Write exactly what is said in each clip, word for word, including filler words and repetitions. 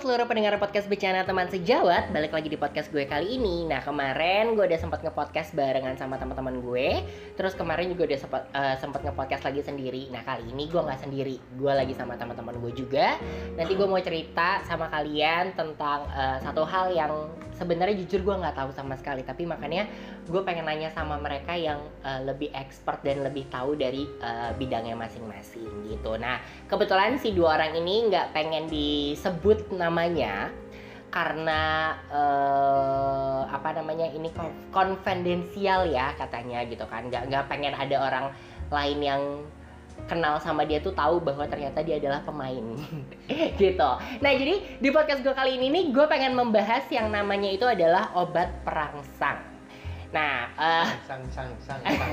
seluruh pendengar podcast Bencana Teman Sejawat, balik lagi di podcast gue kali ini. Nah kemarin gue udah sempat nge-podcast barengan sama teman-teman gue. Terus kemarin juga udah sempat uh, sempat nge-podcast lagi sendiri. Nah kali ini gue nggak sendiri, gue lagi sama teman-teman gue juga. Nanti gue mau cerita sama kalian tentang uh, satu hal yang sebenarnya jujur gue nggak tahu sama sekali. Tapi makanya gue pengen nanya sama mereka yang uh, lebih expert dan lebih tahu dari uh, bidangnya masing-masing gitu. Nah kebetulan si dua orang ini nggak pengen disebut namanya karena uh, apa namanya ini konfidensial ya katanya gitu kan, nggak nggak pengen ada orang lain yang kenal sama dia tuh tahu bahwa ternyata dia adalah pemain gitu. Nah jadi di podcast gue kali ini nih gue pengen membahas yang namanya itu adalah obat perangsang. Nah uh, sang sang sang sang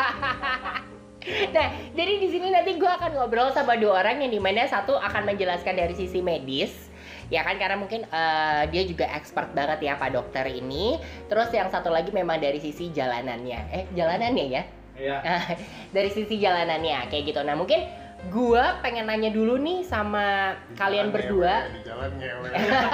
Nah, jadi di sini nanti gue akan ngobrol sama dua orang yang dimana satu akan menjelaskan dari sisi medis, ya kan, karena mungkin uh, dia juga expert banget ya Pak Dokter ini. Terus yang satu lagi memang dari sisi jalanannya, eh jalanannya ya? Iya. Dari sisi jalanannya kayak gitu. Nah mungkin gue pengen nanya dulu nih sama di kalian jalan berdua. Ngewe, di jalan ngewe.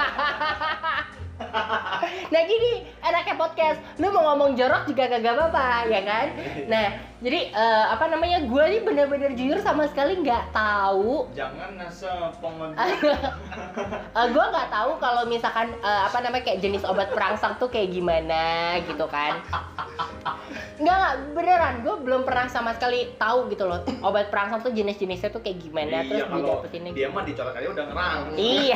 Nah gini, enaknya podcast, lu mau ngomong jorok juga kagak apa-apa, ya kan? Nah, jadi uh, apa namanya, gue nih bener-bener jujur sama sekali nggak tahu. Jangan nasa pongon. uh, gue nggak tahu kalau misalkan uh, apa namanya kayak jenis obat perangsang tuh kayak gimana gitu kan? Nggak, nggak beneran, gue belum pernah sama sekali tahu gitu loh obat perangsang tuh jenis-jenisnya tuh kayak gimana, terus didapetinnya. Dia mah dicolok aja udah ngerang. Iya.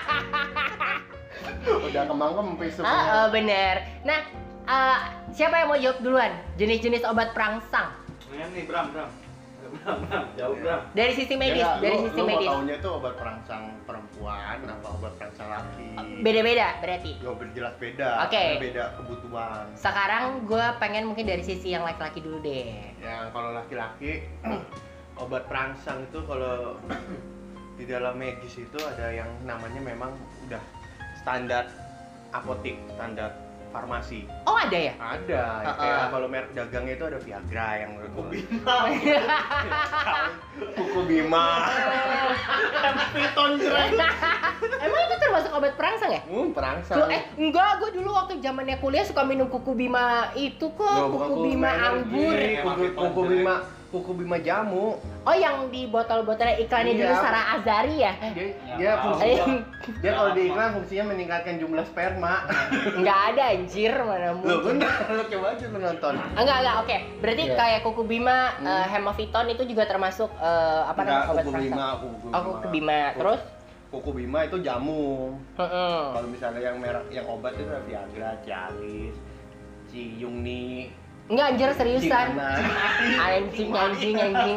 Udah kembang kempis tuh. Ah, uh, bener. Nah, uh, siapa yang mau jawab duluan? Jenis-jenis obat perangsang. Ini nih Bram, Bram. Bram, Bram, jauh Bram. Dari sisi medis, Ya, dari lu, sisi lu medis. mau taunya tuh obat perangsang perempuan apa obat perangsang laki? Beda-beda berarti. Yo jelas beda. Oke. Karena beda kebutuhan. Sekarang gue pengen mungkin dari sisi yang laki-laki dulu deh. Yang kalau laki-laki obat perangsang itu kalau di dalam medis itu ada yang namanya memang udah standar apotik, standar farmasi. Oh ada ya? Ada, Uh-uh. kayak kalau merek dagangnya itu ada Viagra yang Kuku Bima. Kuku Bima. Piton jreng. Emang itu termasuk obat perangsang ya? Hmm, perangsang. Tuh, eh enggak, gue dulu waktu zamannya kuliah suka minum kuku bima itu kok, Loh, bukan kuku bima anggur. Iya, kuku, kuku Bima, kuku Bima jamu. Oh yang di botol-botolnya iklannya Iya. dulu Sarah Azari ya? Dia, Ya, dia tahu. fungsinya, dia kalau di iklan fungsinya meningkatkan jumlah sperma. Enggak ada anjir, mana Loh mungkin. bener, lo coba aja lo nonton. Enggak, enggak, oke. Berarti Iya. kayak kuku bima, Hmm. uh, hemaviton itu juga termasuk uh, apa namanya Enggak, obat kuku perangsang? Bima, kuku Oh, kuku bima. Terus? Kuku Bima itu jamu. Heeh. Kalau misalnya yang merek yang obat itu ada Viagra, Cialis, Ciyungni. Enggak anjir seriusan. Cimana. Anjing, anjing, anjing.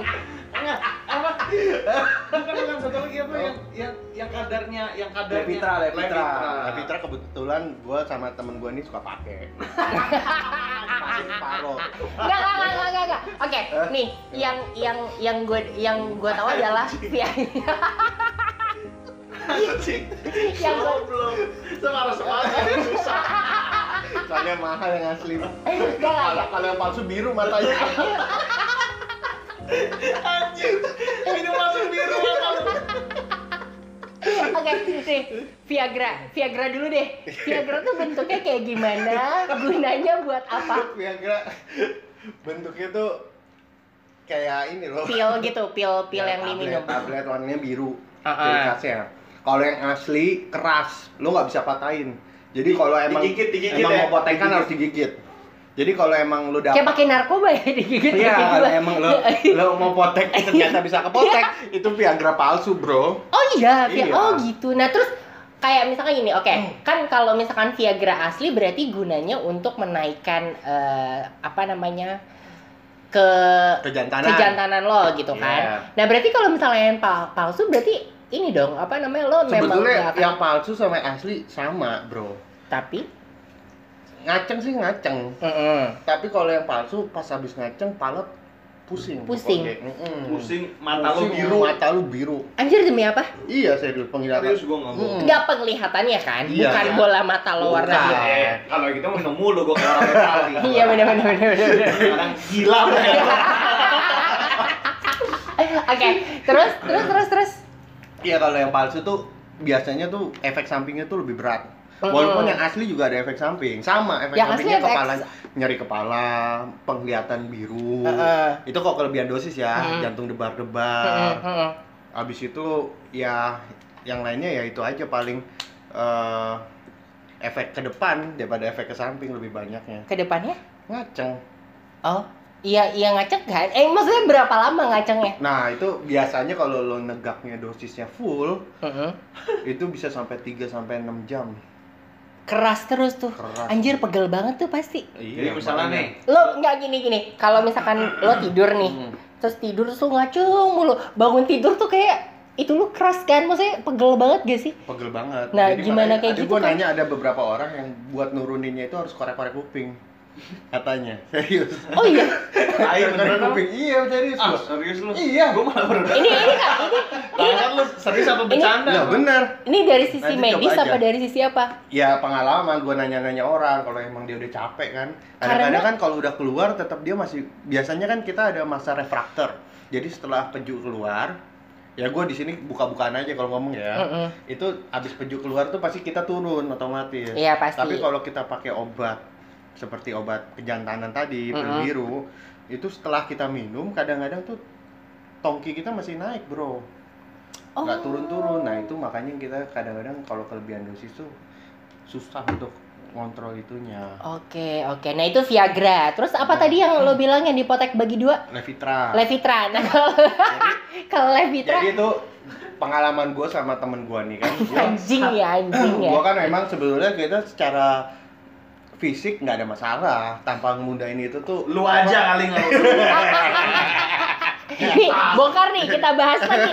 Bukan bukan satu lagi apa yang yang yang kadarnya, yang kadarnya. Levitra, Levitra. Levitra. Levitra kebetulan gue sama temen gue ini suka pakai. Pakai separuh. Enggak, enggak, enggak, enggak, enggak. Oke, Hah? nih yang yang yang gue yang gue tahu adalah Viagra. Yang gue belum semarah semarah susah. Soalnya mahal yang asli. enggak, enggak, Kalau enggak. kalau yang palsu biru matanya. Anjir, ini masuk biru mata lu. Oke, nih Viagra, Viagra dulu deh. Viagra tuh bentuknya kayak gimana? Gunanya buat apa? Viagra bentuknya tuh kayak ini loh. Pil gitu, pil-pil Ya, yang tablet, diminum. Tablet warnanya biru. Uh-uh. Ciri khasnya. Kalau yang asli keras, lo nggak bisa patahin. Jadi kalau emang Digigit, digigit emang ya? mau potekan harus digigit. Jadi kalau emang lo Kayak dapat, pakai narkoba ya digigit. iya kayak kalau gua. emang lo lo mau potek ternyata bisa kepotek, itu Viagra palsu bro. Oh iya, Via- Iya. oh gitu. Nah terus kayak misalkan gini, oke, kan kalau misalkan Viagra asli berarti gunanya untuk menaikkan eh, apa namanya ke Kejantanan. kejantanan lo gitu kan. Iya. Nah berarti kalau misalnya yang pal- palsu berarti ini dong apa namanya lo memang Sebetulnya nggak akan- yang palsu sama yang asli sama bro. tapi Ngaceng sih ngaceng. mm-mm. Tapi kalau yang palsu pas habis ngaceng pala pusing. Pusing. pokoknya. Mm-mm. Pusing, mata lu Pusing, biru. Mata lu biru. Anjir demi apa? Iya serius penglihatan. Serius gua nggak bohong. Mm-mm. Nggak penglihatannya kan, Iya. bukan bola mata lo warna Bukan. biru. Eh, kalau gitu minum mulu gua kayak orang kali. Iya benar benar benar benar. Orang gila banget. Oke, terus terus terus terus. Iya kalau yang palsu tuh biasanya tuh efek sampingnya tuh lebih berat. Mm-mm. Walaupun yang asli juga ada efek samping, sama efek Yang asli sampingnya efek- kepala, nyeri kepala, penglihatan biru. Heeh. Itu kok kelebihan dosis ya, Mm. jantung Heeh, debar-debar. heeh. Habis itu ya yang lainnya ya itu aja paling eh, efek ke depan daripada efek ke samping lebih banyaknya. Ke depannya? Ngaceng. Oh, iya iya ngaceng kan? Eh maksudnya berapa lama ngacengnya? Nah, itu biasanya kalau lo negaknya dosisnya full, Heeh. itu bisa sampai tiga sampai enam jam. Keras terus tuh. Keras. Anjir pegel banget tuh pasti. Jadi misalnya makanya. nih, Lo nggak gini gini. Kalau misalkan lo tidur nih, Hmm. terus tidur terus lo ngaceng mulu. Bangun tidur tuh kayak itu lo keras kan? Maksudnya pegel banget gak sih? Pegel banget. Nah, gimana makanya kayak ada gitu gua kan? nanya ada beberapa orang yang buat nuruninnya itu harus korek-korek kuping. Katanya. Serius. Oh iya. ayo Korek beneran apa? kuping. Iya, serius. Ah, gua. serius lu? Iya. Gua malah baru Ini ini kan ini Bangsat lu serius apa bercanda? Ya benar. ini dari sisi Nanti medis coba apa aja. dari sisi apa? Ya pengalaman gue nanya-nanya orang kalau emang dia udah capek kan. Kadang-kadang Karena- kan kalau udah keluar tetap dia masih biasanya kan kita ada masa refraktor. Jadi setelah peju keluar, ya gue di sini buka-bukaan aja kalau ngomong ya. Mm-mm. Itu abis peju keluar tuh pasti kita turun otomatis. Iya pasti. Tapi kalau kita pakai obat seperti obat kejantanan tadi, pil Mm-mm. biru, itu setelah kita minum kadang-kadang tuh tongki kita masih naik, Bro. Nggak Oh. turun-turun. Nah, itu makanya kita kadang-kadang kalau kelebihan dosis tuh susah untuk ngontrol itunya. Oke oke. Nah itu Viagra. Terus apa tadi yang lo bilang yang dipotek bagi dua? Levitra. Levitra. Nah kalau jadi, kalau Levitra jadi itu pengalaman gue sama temen gue nih kan. Gua, anjing ya anjing ya. gua kan memang sebetulnya kita secara fisik nggak ada masalah. Tampang muda ini itu tuh Lu aja kali nggak lu. Nih, bongkar nih kita bahas lagi.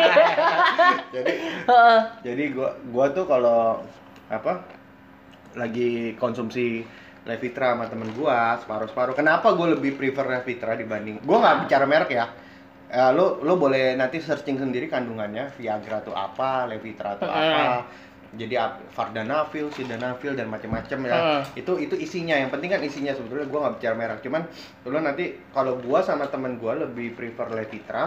jadi Heeh. jadi gua gua tuh kalau apa lagi konsumsi Levitra sama temen gua separuh-separuh. Kenapa gua lebih prefer Levitra dibanding gua nggak bicara merek ya. Eh, lo lo boleh nanti searching sendiri kandungannya Viagra tuh apa, Levitra tuh apa. Jadi ap- vardanavil, sildenafil dan macam-macam ya. Hmm. Itu itu isinya. Yang penting kan isinya sebetulnya gua nggak bicara merek. Cuman lo nanti kalau gua sama temen gua lebih prefer Levitra.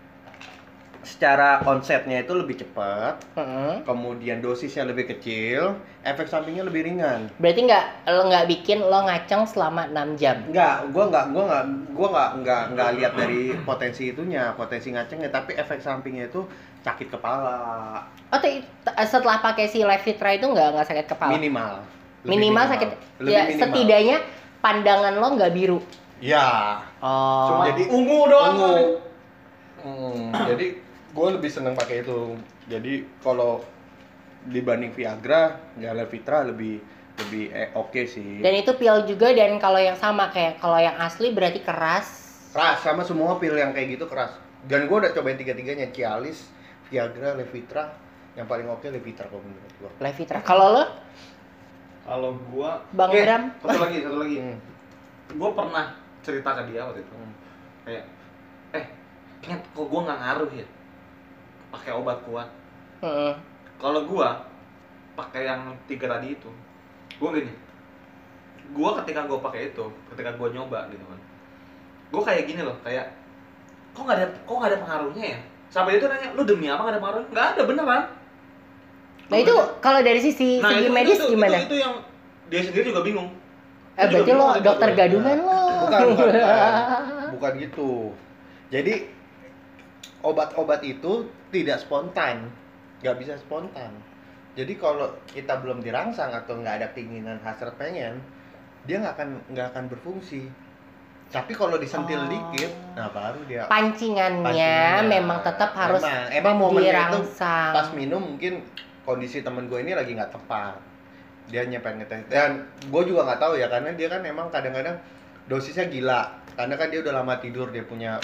Secara onsetnya itu lebih cepat, Heeh. kemudian dosisnya lebih kecil, efek sampingnya lebih ringan. Berarti nggak lo nggak bikin lo ngaceng selama enam jam. Enggak, gua enggak, gua enggak, gua enggak, enggak, enggak lihat dari potensi itunya, potensi ngacengnya, tapi efek sampingnya itu sakit kepala, Oh tuh, t- setelah pakai si Levitra itu nggak nggak sakit kepala. minimal. Lebih Minimal sakit. Lebih Ya minimal. setidaknya pandangan lo nggak biru. Ya. Oh. Cuma Jadi- ungu doang. Ungu. Hmm, jadi gue lebih seneng pakai itu. Jadi kalau dibanding Viagra, ya Levitra lebih lebih eh, oke sih. Dan itu pil juga dan kalau yang sama kayak kalau yang asli berarti keras. Keras sama semua pil yang kayak gitu keras. Dan gue udah cobain tiga-tiganya, Cialis, Viagra, Levitra. Yang paling oke Levitra kalau menurut gue. Levitra. Kalau lo, Kalau gua Bang Eh, Bram? Satu lagi, satu lagi. Hmm. Gua pernah cerita ke dia waktu itu. Kayak eh, Ken, kok gua nggak ngaruh ya pakai obat kuat. Heeh. Kalau gua pakai yang tiga tadi itu, gua gini. Gua ketika gua pakai itu, ketika gua nyoba gitu kan. Gua kayak gini loh, kayak kok nggak ada kok nggak ada pengaruhnya ya? Sampai dia tuh nanya, lu demi apa nggak ada pengaruhnya? Nggak ada beneran. Nah itu kalau dari sisi Nah, segi itu, medis itu, gimana? Itu, itu yang dia sendiri juga bingung. Eh Dia juga berarti bingung lo waktu itu dokter gua. gadungan lo. Bukan, bukan, bukan. Bukan gitu. Jadi obat-obat itu tidak spontan, nggak bisa spontan. Jadi kalau kita belum dirangsang atau nggak ada keinginan hasrat pengen, dia nggak akan nggak akan berfungsi. Tapi kalau disentil Oh. dikit, nah baru dia. Pancingannya Pancingannya. memang tetap harus Emang, emang momennya itu dirangsang. pas minum mungkin kondisi temen gue ini lagi nggak tepat. Dia nyepen ngetes dan gue juga nggak tahu ya karena dia kan emang kadang-kadang dosisnya gila. Karena kan dia udah lama tidur, dia punya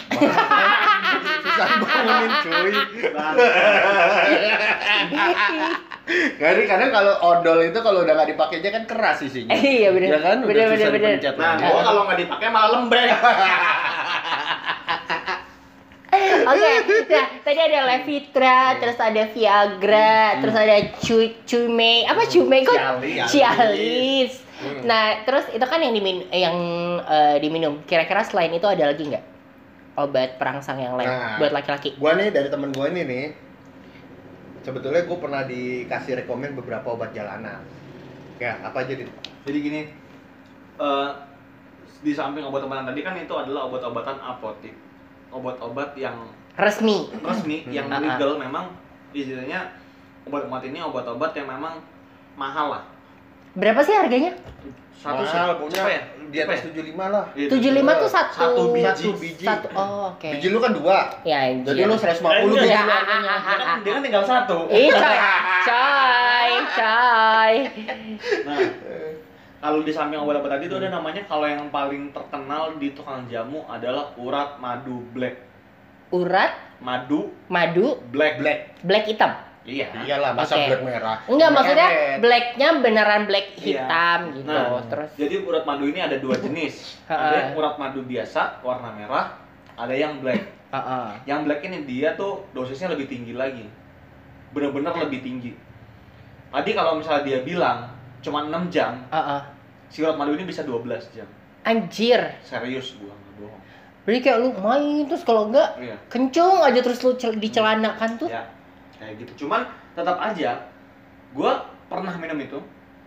susah bangunin cuy. Jadi kadang kalau odol itu kalau udah nggak dipakai aja kan keras isinya. Iya bener. Ya kan udah Bener, susah bener, bener. dipencet Nah, lagi. gua kalau nggak dipakai malah lembek. Oke, nah tadi ada Levitra, terus ada Viagra, terus ada Cu Cume, apa Cume kok? Cialis. Cialis. Hmm. Nah, terus itu kan yang dimin yang eh, diminum. Kira-kira selain itu ada lagi nggak obat perangsang yang lain Nah. buat laki-laki? Gua nih dari temen gua ini nih sebetulnya gue pernah dikasih rekomen beberapa obat jalanan. Ya, apa aja Dit? Jadi gini, eh, di samping obat-obatan tadi kan itu adalah obat-obatan apotik, obat-obat yang Resmi. resmi, Hmm. yang Ah, ah. legal. Memang istilahnya obat-obat ini obat-obat yang memang mahal lah. Berapa sih harganya? Satu sih, Mahal, punya apa ya? di Apa atas ya? tujuh puluh lima lah. Iya, tujuh puluh lima tuh satu. Satu biji. Satu biji. Satu. Oh, oke. Biji lu kan dua. Ya, anjir. Jadi lu seratus lima puluh Eh, biji iya. lu Ah, harganya. ah, Dia kan, dia kan tinggal satu. Ih, coy. Coy, coy. Nah, kalau di samping obat-obat tadi itu ada namanya, kalau yang paling terkenal di tukang jamu adalah urat madu black. Urat, Madu madu, black. Black. black hitam. Iya. Iyalah, masa Oke. black merah. Enggak, maksudnya Meret. blacknya beneran black Iya. hitam gitu. Nah, Terus jadi urat madu ini ada dua jenis. Ada yang urat madu biasa warna merah, ada yang black. Heeh. Yang black ini dia tuh dosisnya lebih tinggi lagi. Bener-bener lebih tinggi. Tadi kalau misalnya dia bilang cuma enam jam, Heeh. si urat madu ini bisa dua belas jam. Anjir. Serius gua nggak bohong. Berarti kayak lu main terus kalau enggak Iya. kencung aja terus lu cel- dicelanakan tuh. Ya, kayak gitu. Cuman tetap aja, gue pernah minum itu.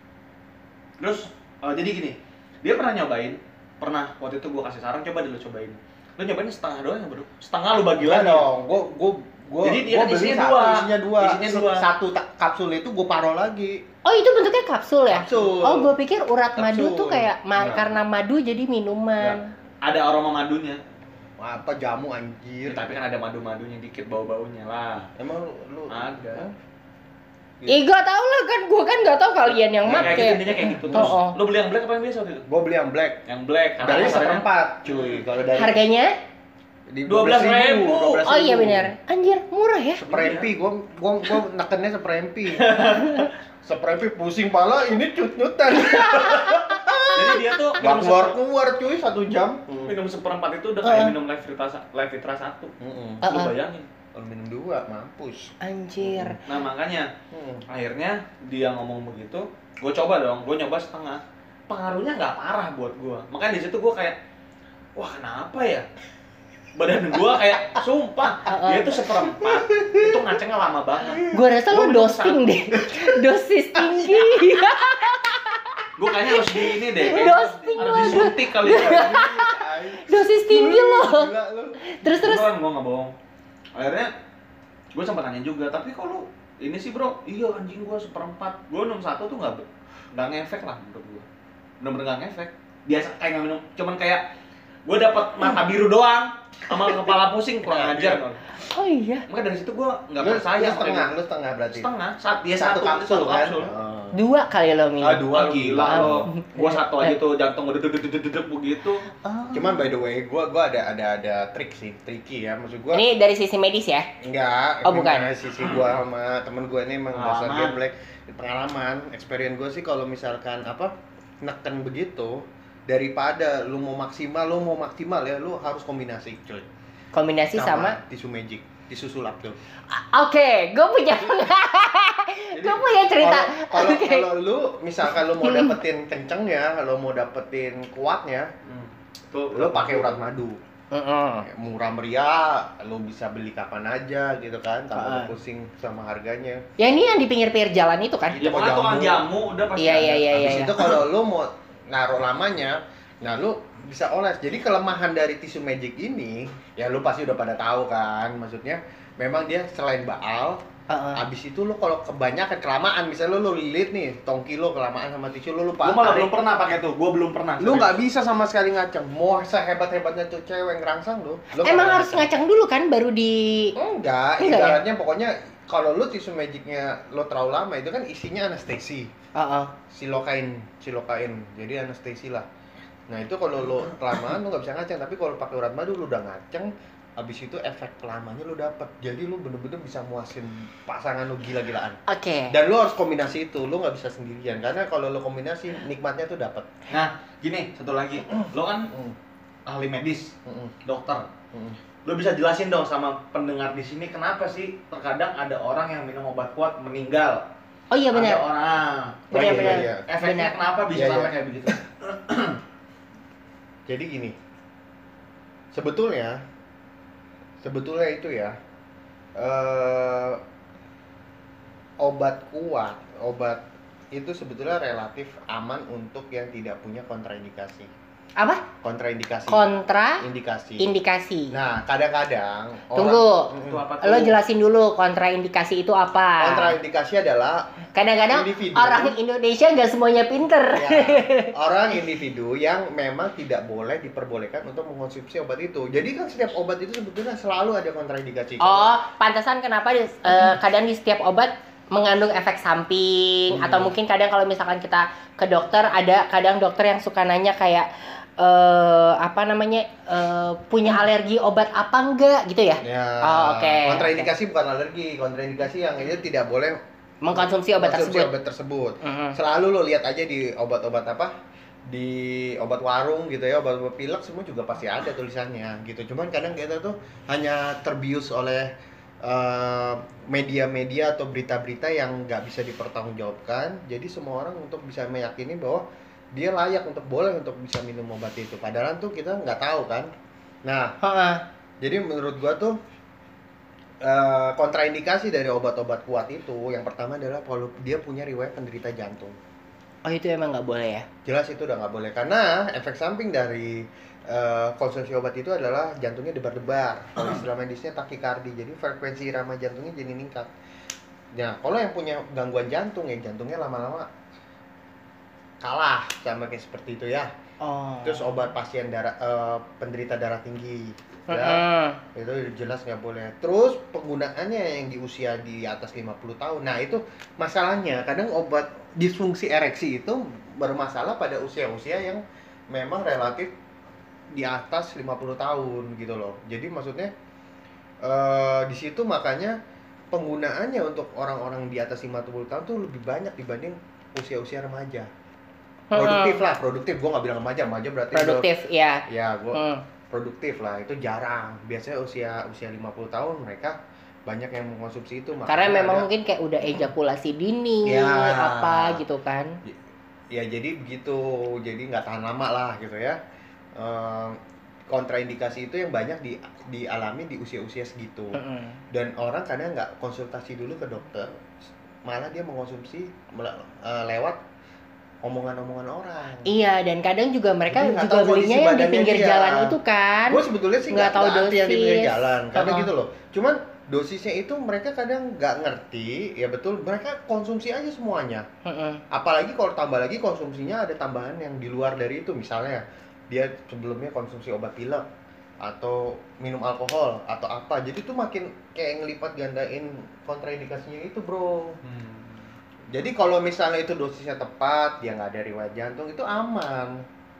Terus, eh, jadi gini, dia pernah nyobain, pernah waktu itu gue kasih saran, coba dulu cobain. Lu nyobain setengah doang ya bro, setengah lu bagi Gila lagi. dong, gua gua gua Jadi dia gua beli isinya satu, dua. isinya dua. Isinya dua. Satu ta- kapsul itu gua taruh lagi. Oh, itu bentuknya kapsul ya? Kapsul. Oh, gue pikir urat madu Kapsul. tuh kayak ma- Nah. karena madu jadi minuman. Ada aroma madunya. Apa jamu Ya, anjir. tapi kan ada madu-madunya dikit, bau-baunya lah. Emang lu, lu Ada. Hah? Ih, gak tau lah kan, gue kan gak tau kalian yang Nah, kayak gitu, make. intinya kayak gitu. Terus, Oh, oh. lu beli yang black apa yang biasa waktu itu? Gua beli yang black. Yang black. karena Dari kemarin- seperempat, cuy. Kalau dari Harganya? di dua belas ribu. dua belas Oh iya ribu. benar. Anjir, murah ya? Seperempi, gua gua gua nekennya seperempi. Seperempi pusing pala, ini cut-cutan. Jadi dia tuh Gak minum keluar-keluar cuy satu jam. seper- minum seperempat itu udah kayak Uh. minum live vitra live vitra satu. Heeh. Uh. Lu Uh-uh. bayangin. Kalau minum dua mampus. Anjir. Nah makanya Hmm. akhirnya dia ngomong begitu, gue coba dong, gue nyoba setengah, pengaruhnya nggak parah buat gue. Makanya di situ gue kayak, wah kenapa ya? Badan gue kayak, sumpah, Uh-uh. dia itu seperempat, itu ngacengnya lama banget. Gue rasa Gua lu minum dosing satu. deh. Dosis tinggi. Gue kayaknya harus di ini deh, Dosing harus lu. disuntik kali ya. Dosis tinggi loh. Gila lu. Terus terus. Beneran, gue nggak bohong. Akhirnya, gue sempat nanya juga, tapi kok lu ini sih bro, iya anjing gue seperempat, gue minum satu tuh nggak nggak ngefek lah menurut gue, bener-bener nggak ngefek, biasa kayak nggak minum, cuman kayak gue dapat mata biru doang, sama kepala pusing kurang ajar. Oh iya. Makanya dari situ gue nggak Lu, percaya. lu setengah, lu setengah berarti. Setengah, saat dia Satu satu, kapsul satu kan? kapsul. Oh. Dua kali lo minum. Ah, dua. Wah gila Ah. lo, gue satu aja tuh jantung gue dedek dedek dedek begitu. Oh. Cuman by the way, gua gua ada ada ada trik sih, tricky ya. Maksud gua Ini dari sisi medis ya? enggak, Oh, bukan. gimana sisi gua sama temen gua ini emang dasar Pengalaman. game black. Pengalaman, experience gua sih kalau misalkan apa neken begitu, daripada lu mau maksimal, lu mau maksimal ya, lu harus kombinasi, cuy. Kombinasi sama, tisu magic, tisu sulap tuh. Oke, gue punya gue punya cerita. Kalau Oke. kalau lu misalkan lu mau dapetin kenceng ya, kalau mau dapetin kuatnya, Hmm. Tuh, lu pakai urat madu. Mm-mm. Murah meriah, lu bisa beli kapan aja gitu kan, tanpa Ah. lu pusing sama harganya. Ya ini yang di pinggir-pinggir jalan itu kan? Ya pokoknya tukang jamu udah pasti Iya, ada. iya, iya. Habis itu kalau lu mau naruh lamanya, nah lu bisa oles. Jadi kelemahan dari tisu magic ini, ya lu pasti udah pada tahu kan, maksudnya memang dia selain baal, Heeh. habis itu lu kalau kebanyakan kelamaan, misalnya lu, lu lilit nih, tongki lu kelamaan sama tisu lu, lu Gue malah tarik. belum pernah pakai tuh, gue belum pernah. Lu nggak bisa sama sekali ngaceng. Mau sehebat-hebatnya tuh cewek ngerangsang lu. lu Emang nggak harus ngaceng. ngacang dulu kan baru di Enggak, Enggak ya? ibaratnya pokoknya kalau lu tisu magicnya lo terlalu lama itu kan isinya anestesi, Heeh. silokain, silokain, jadi anestesi lah. Nah itu kalau lo kelamaan lu nggak bisa ngaceng, tapi kalau pakai urat madu lu udah ngaceng, habis itu efek kelamanya lu dapet, jadi lu bener-bener bisa muasin pasangan lu gila-gilaan. Oke. Dan lu harus kombinasi itu, lu nggak bisa sendirian, karena kalau lu kombinasi nikmatnya tuh dapet. Nah, gini, satu lagi. Lo kan Mm, ahli medis, mm, dokter. mm. Lo bisa jelasin dong sama pendengar di sini kenapa sih terkadang ada orang yang minum obat kuat meninggal? Oh iya Ada benar. orang. Oh, iya, Benar-benar. iya, iya. Efeknya Benar. kenapa bisa Iya, sampai iya. kayak begitu? Jadi gini, sebetulnya, sebetulnya itu ya, eh obat kuat, obat itu sebetulnya relatif aman untuk yang tidak punya kontraindikasi. Apa? Kontraindikasi. Kontra indikasi. indikasi. Nah, kadang-kadang Tunggu. Itu apa Lo tuh? jelasin dulu kontraindikasi itu apa. Kontraindikasi adalah Kadang-kadang individu. orang Indonesia nggak semuanya pinter. ya, orang individu yang memang tidak boleh diperbolehkan untuk mengkonsumsi obat itu. Jadi kan setiap obat itu sebetulnya selalu ada kontraindikasi. Oh, pantesan kenapa di- eh, kadang di setiap obat mengandung efek samping Hmm. atau mungkin kadang kalau misalkan kita ke dokter ada kadang dokter yang suka nanya kayak eh apa namanya eh, punya alergi obat apa enggak gitu ya? Ya, Oh, oke, kontraindikasi bukan alergi, kontraindikasi yang itu tidak boleh Mengkonsumsi obat konsumsi tersebut. obat tersebut. Mhm. Selalu lo lihat aja di obat-obat apa, di obat warung gitu ya, obat-obat pilek semua juga pasti ada tulisannya gitu. Cuman kadang kita tuh hanya terbius oleh eh, media-media atau berita-berita yang nggak bisa dipertanggungjawabkan. Jadi semua orang untuk bisa meyakini bahwa dia layak untuk boleh untuk bisa minum obat itu. Padahal tuh kita nggak tahu kan. Nah, Heeh. jadi menurut gua tuh eh, kontraindikasi dari obat-obat kuat itu yang pertama adalah kalau dia punya riwayat penderita jantung. Oh, itu emang nggak boleh ya? Jelas itu udah nggak boleh karena efek samping dari eh, konsumsi obat itu adalah jantungnya debar-debar. Kalau istilah medisnya takikardi. Jadi frekuensi irama jantungnya jadi meningkat. Nah, kalau yang punya gangguan jantung ya jantungnya lama-lama kalah sama kayak seperti itu ya. Oh. Terus obat pasien darah eh, penderita darah tinggi ya. Heeh. Itu jelas nggak boleh. Terus penggunaannya yang di usia di atas lima puluh tahun. Nah, itu masalahnya. Kadang obat disfungsi ereksi itu bermasalah pada usia-usia yang memang relatif di atas lima puluh tahun gitu loh. Jadi maksudnya eh, di situ makanya penggunaannya untuk orang-orang di atas lima puluh tahun tuh lebih banyak dibanding usia-usia remaja. Produktif lah, produktif. Gua nggak bilang remaja, remaja berarti Produktif, ya. udah- ya, gua Hmm. produktif lah, itu jarang. Biasanya usia usia lima puluh tahun mereka banyak yang mengkonsumsi itu. Karena makanya memang ada- mungkin kayak udah ejakulasi dini Ya. apa gitu kan. ya jadi begitu, jadi nggak tahan lama lah gitu ya. Ehm, kontraindikasi itu yang banyak di dialami di usia-usia segitu. Heeh. Dan orang kadang nggak konsultasi dulu ke dokter, malah dia mengkonsumsi mele- eh, lewat omongan-omongan orang. Iya, dan kadang juga mereka Jadi nggak juga tahu kondisi belinya yang di badannya pinggir dia. jalan itu kan. Gue sebetulnya sih Nggak nggak tahu tahu dosis yang di pinggir dosis. jalan, karena Uh-uh. gitu loh. Cuman dosisnya itu mereka kadang nggak ngerti, ya betul. Mereka konsumsi aja semuanya. Heeh. Apalagi kalau tambah lagi konsumsinya ada tambahan yang di luar dari itu, misalnya dia sebelumnya konsumsi obat pilek atau minum alkohol atau apa. Jadi tuh makin kayak ngelipat gandain kontraindikasinya itu, bro. Hmm. Jadi kalau misalnya itu dosisnya tepat, dia nggak ada riwayat jantung, itu aman.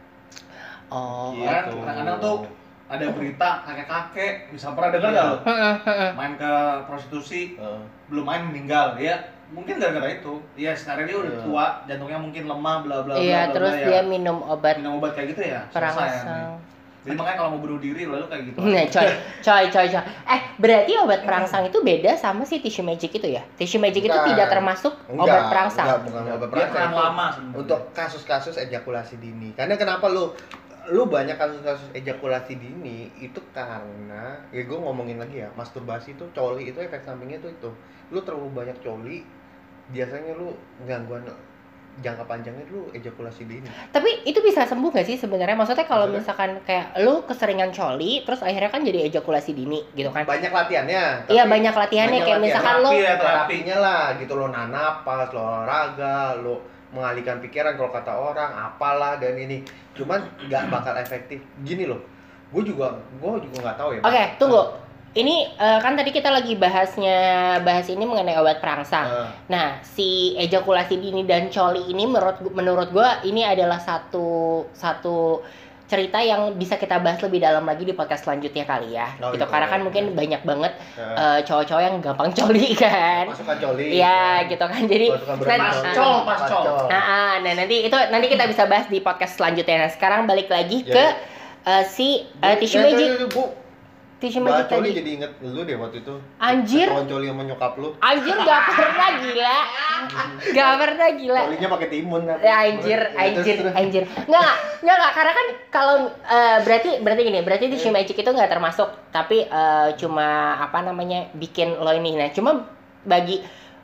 Oh. Iya, Gitu. kadang-kadang tuh ada berita kakek-kakek, bisa pernah dengar nggak lo? Heeh, heeh. Main ke prostitusi, Eh, belum main meninggal, ya mungkin gara-gara itu. Iya, sekarang dia udah Iya. tua, jantungnya mungkin lemah, bla bla bla. Iya, bla, terus bla, dia ya. minum obat minum obat kayak gitu ya, selesai. perangsang. Jadi makanya kalau mau bunuh diri lalu kayak gitu. Nah, coy, coy, coy, coy. Eh, berarti obat perangsang itu beda sama si tisu magic itu ya? Tisu magic itu Bukan. tidak termasuk enggak, obat perangsang. enggak, bukan obat Dia perangsang. tahan itu lama sebenarnya. Untuk kasus-kasus ejakulasi dini. Karena kenapa lu lu banyak kasus-kasus ejakulasi dini itu karena ya gue ngomongin lagi ya, masturbasi itu coli itu efek sampingnya itu itu. Lu terlalu banyak coli, biasanya lu gangguan jangka panjangnya lu ejakulasi dini. Tapi itu bisa sembuh nggak sih sebenarnya? Maksudnya kalau Maksudnya? misalkan kayak lu keseringan coli, terus akhirnya kan jadi ejakulasi dini gitu kan? Banyak latihannya. Iya, tapi banyak latihannya banyak kayak latihan. misalkan lu Terapi ya, terapi. terapinya lah gitu, lo napas, lo olahraga, lo mengalihkan pikiran kalau kata orang apalah dan ini, cuman nggak bakal efektif gini loh. Gue juga gue juga nggak tahu ya. Oke, tunggu. Ini eh, kan tadi kita lagi bahasnya bahas ini mengenai obat perangsang. Eh, Nah, si ejakulasi dini dan coli ini menurut menurut gua ini adalah satu satu cerita yang bisa kita bahas lebih dalam lagi di podcast selanjutnya kali ya. Oh, gitu gitu. karena kan mungkin banyak banget eh, eh, cowok-cowok yang gampang coli kan. masukan coli. Iya, gitu kan. Jadi Masukan nanti- berapa? Pascol, pascol. Nah, ah, nah nanti itu nanti kita bisa bahas di podcast selanjutnya. Nah, sekarang balik lagi Jadi- ke eh, si eh, tisu magic. Bu, Tisu bahas magic coli tadi. jadi inget lu deh waktu itu. Anjir. Kawan coli sama nyokap lu. Anjir, gak pernah gila. Gak pernah gila. Colinya pakai timun. tapi- Ya, anjir, Ya, terus- anjir, terus. anjir. Nggak, nggak, nggak, nggak. Karena kan kalau eh, berarti berarti gini, berarti tisu magic itu nggak termasuk, tapi eh, cuma apa namanya bikin lo ini. Nah, cuma bagi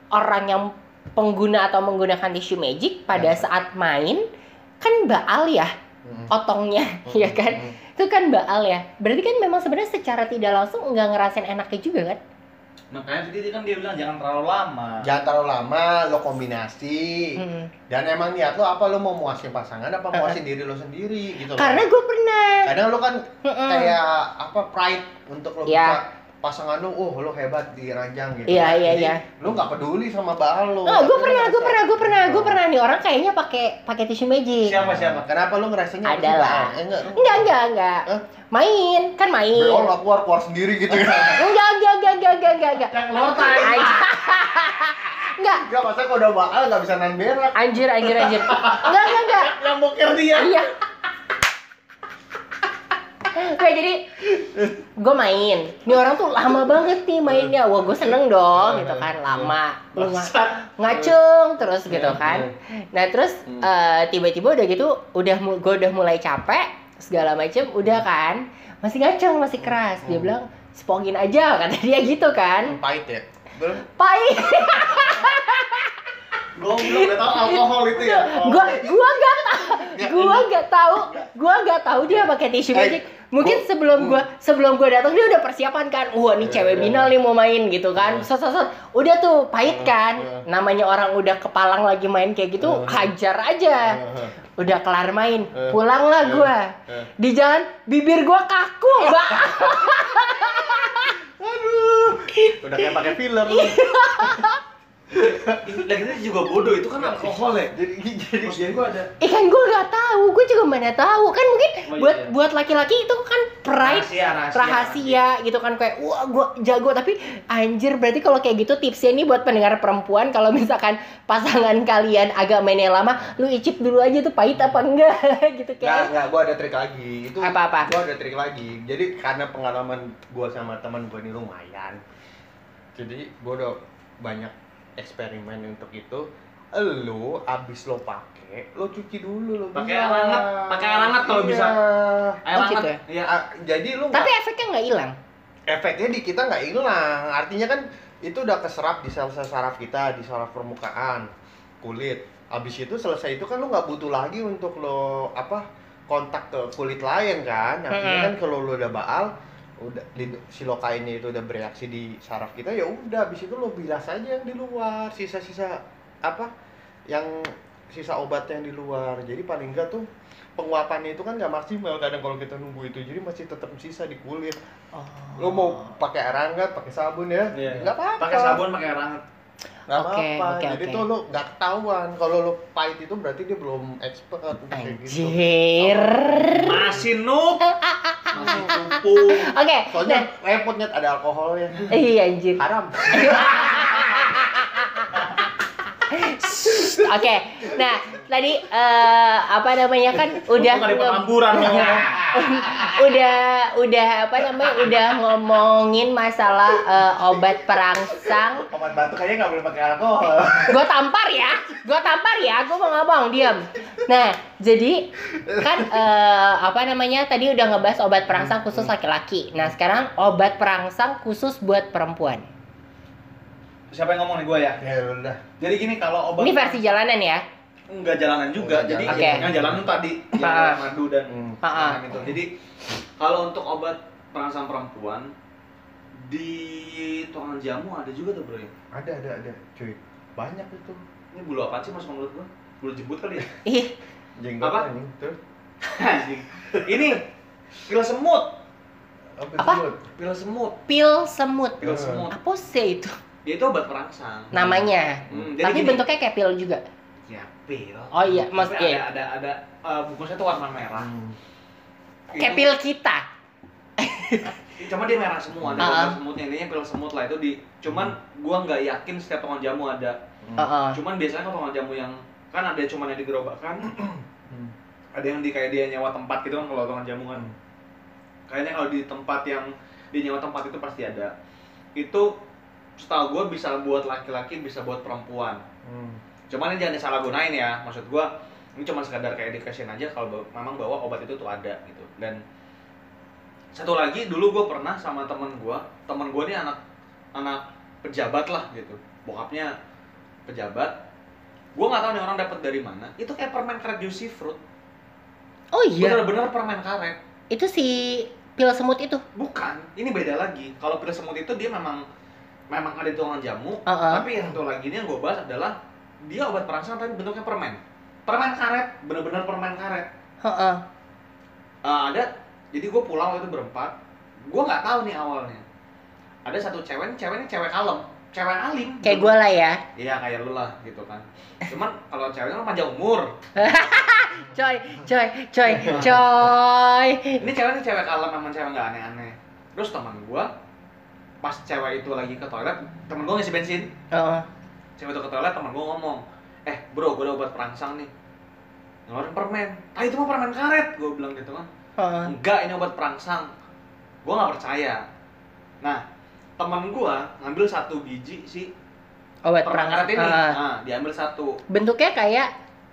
orang yang pengguna atau menggunakan tisu magic pada Ya. saat main kan baal ya Hmm. otongnya ya kan, Hmm. itu kan baal ya, berarti kan memang sebenarnya secara tidak langsung nggak ngerasain enaknya juga kan. Makanya tadi kan dia bilang jangan terlalu lama. Jangan terlalu lama, lo kombinasi. Hmm. Dan emang niat lo apa, lo mau muasin pasangan apa muasin diri lo sendiri gitu loh. Karena gue pernah Kadang lo kan Mm-mm. kayak apa pride untuk lo Iya. bisa pasangan lo, oh lo hebat di ranjang gitu. Iya, kan. iya, Jadi, iya. lo nggak peduli sama bahan lo. Oh, gue Tapi lo pernah, gue ngerasa- pernah, gue pernah, gue Gitu. pernah nih orang kayaknya pakai pakai tisu magic. Siapa siapa? Kenapa lo ngerasanya apa sih, Adalah. Bang? Eh, enggak, lo- Enggak, enggak, enggak. Hah? Main, kan main. Beol lah keluar keluar sendiri gitu ya. Enggak, enggak, enggak, enggak, enggak, enggak, enggak. Yang keluar tai. Anjir. Enggak, Enggak, masa kalau udah baal nggak bisa nan berak. anjir, anjir, anjir. Enggak, enggak, enggak. Yang boker dia. Iya. Kayak jadi gue main, ini orang tuh lama banget nih mainnya, wah gue seneng dong gitu kan, lama, lu nga- Bangsat. ngacung terus gitu kan. Nah terus eh, tiba-tiba udah gitu, udah gue udah mulai capek segala macem, udah kan, masih ngacung, masih keras. Dia bilang spongin aja kata dia gitu kan, Pahit ya. Belum. pahit. Goblok, udah tau alkohol itu ya. Gua gua gak tahu, gua gak tahu, gua gak tahu dia pakai tisu Eh, magic. Mungkin gua- sebelum gua sebelum gua datang dia udah persiapan kan. Wah, nih Iya, cewek iya. binal nih mau main gitu kan. Iya. Sot sot sot. Udah tuh pahit kan. Iya. Namanya orang udah kepalang lagi main kayak gitu, Iya. hajar aja. Iya. Udah kelar main, Iya. pulanglah Iya. gua. Iya. Di jalan bibir gua kaku, Mbak. Aduh. Udah kayak pakai filler lu. Lagi itu juga bodoh, itu kan alkohol ya. Jadi jadi Maksudnya gua ada Ikan gua nggak tahu, gua juga mana tahu kan mungkin Oh, iya, buat iya. buat laki-laki itu kan pride, rahasia, rahasia, rahasia gitu kan, kayak wah gua jago, tapi anjir berarti kalau kayak gitu tipsnya nih buat pendengar perempuan, kalau misalkan pasangan kalian agak mainnya lama, lu icip dulu aja tuh pahit apa enggak gitu Nggak, kan. nggak, gua ada trik lagi. Itu Apa-apa? Gua ada trik lagi. Jadi karena pengalaman gua sama teman gua ini lumayan. Jadi gua udah banyak eksperimen untuk itu. Lu abis lo pakai, lo cuci dulu lo. Pakai bilang. air hangat, pakai air hangat kalau Iya. bisa. Air Oh, hangat. gitu ya? Iya. Ah, jadi lu Tapi nggak- efeknya nggak hilang. efeknya di kita nggak hilang. Artinya kan itu udah keserap di sel-sel saraf kita, di saraf permukaan kulit. Abis itu selesai itu kan lu nggak butuh lagi untuk lo apa kontak ke kulit lain kan. Artinya Mm-mm. kan kalau lo udah baal, udah di, silokainnya itu udah bereaksi di saraf kita, ya udah abis itu lo bilas aja yang di luar, sisa-sisa apa yang sisa obat yang di luar. Jadi paling enggak tuh penguapannya itu kan nggak maksimal kadang kalau kita nunggu itu, jadi masih tetap sisa di kulit. Oh. Lo mau pakai air hangat, pakai sabun ya, Iya. nggak apa-apa. Pakai sabun, pakai air hangat. Nggak Oke, apa-apa. oke, Jadi oke. tuh lo nggak ketahuan. Kalau lo pahit itu berarti dia belum expert untuk kayak gitu. Anjir. Masih noob. Masih cupu. Oke, Soalnya nah, repot Nyet, ada alkoholnya. iya anjir. Haram. Oke, nah tadi eh, apa namanya kan udah Bukan di nge- petamburan lo. udah udah apa namanya udah ngomongin masalah eh, obat perangsang. Obat batuk kayaknya nggak boleh pakai alkohol. Gue tampar ya, gue tampar ya, gue mau ngomong diam. Nah, jadi kan eh, apa namanya tadi udah ngebahas obat perangsang khusus laki-laki. Nah sekarang obat perangsang khusus buat perempuan. Siapa yang ngomong nih gua ya? Ya udah. Jadi gini, kalau obat Ini versi jalanan ya. enggak jalanan juga. Enggak Jadi jalanan. Oke. yang jalanan tadi yang Ah. madu dan Hmm. Ah, ah. nah, gitu. Jadi kalau untuk obat perangsang perempuan di tukang jamu ada juga tuh, Bro. Ada ada ada, cuy. Banyak itu. Ini bulu apa sih masuk mulut gua? Bulu jembut kali ya? Ih, Jenggot Apa? anjing. Terus Anjing. Ini pil semut. apa? Apa? Sebut? Pil semut. pil semut. Pil Hmm. semut. Apa sih itu Dia itu obat perangsang. namanya? Hmm, jadi Tapi gini. bentuknya kayak pil juga. Ya, pil. Oh iya, Tapi maksud- ada iya. ada ada eh, bungkusnya tuh warna merah. Hmm. Kayak Itu- pil kita. Cuma dia merah semua, ada Ah, gambar ah. semutnya, intinya pil semut lah itu di. Cuman gua nggak yakin setiap tukang jamu ada. Hmm. Heeh. Cuman biasanya kalau tukang jamu yang kan ada cuman yang di gerobakkan, Hmm. ada yang di kayak dia nyewa tempat gitu kan kalau tukang jamu kan. Kayaknya kalau di tempat yang di nyewa tempat itu pasti ada. Itu setahu gua bisa buat laki-laki, bisa buat perempuan. Hmm. Cuman ini jangan disalahgunain ya. Maksud gua ini cuma sekadar kayak education aja kalau bawa- memang bawa obat itu tuh ada gitu. Dan satu lagi dulu gue pernah sama temen gue, temen gue ini anak anak pejabat lah gitu, bokapnya pejabat. Gue nggak tahu nih orang dapat dari mana. Itu kayak permen karet juicy fruit. Oh iya. Bener-bener permen karet. Itu si pil semut itu. Bukan, ini beda lagi. Kalau pil semut itu dia memang memang ada di tuangan jamu, Uh-uh. tapi yang satu lagi ini yang gue bahas adalah dia obat perangsang tapi bentuknya permen. Permen karet, bener-bener permen karet. Heeh. Uh, ada, jadi gue pulang waktu itu berempat. Gue nggak tahu nih awalnya. Ada satu cewek, cewek ini cewek kalem, cewek alim. Kayak gue lah ya. Iya kayak lu lah gitu kan. Cuman kalau ceweknya kan panjang umur. Coy, coy, coy, coy. Ini cewek ini cewek kalem, memang cewek nggak aneh-aneh. Terus teman gue pas cewek itu lagi ke toilet, temen gue ngisi bensin. Oh. Cewek itu ke toilet, temen gue ngomong, eh bro, gue ada obat perangsang nih, ngeluarin permen. Ah itu mah permen karet, gue bilang gitu kan. Oh. Enggak, ini obat perangsang. Gue nggak percaya. Nah, temen gue ngambil satu biji si Obat permen perangsang karet ini. uh. Nah, diambil satu. Bentuknya kayak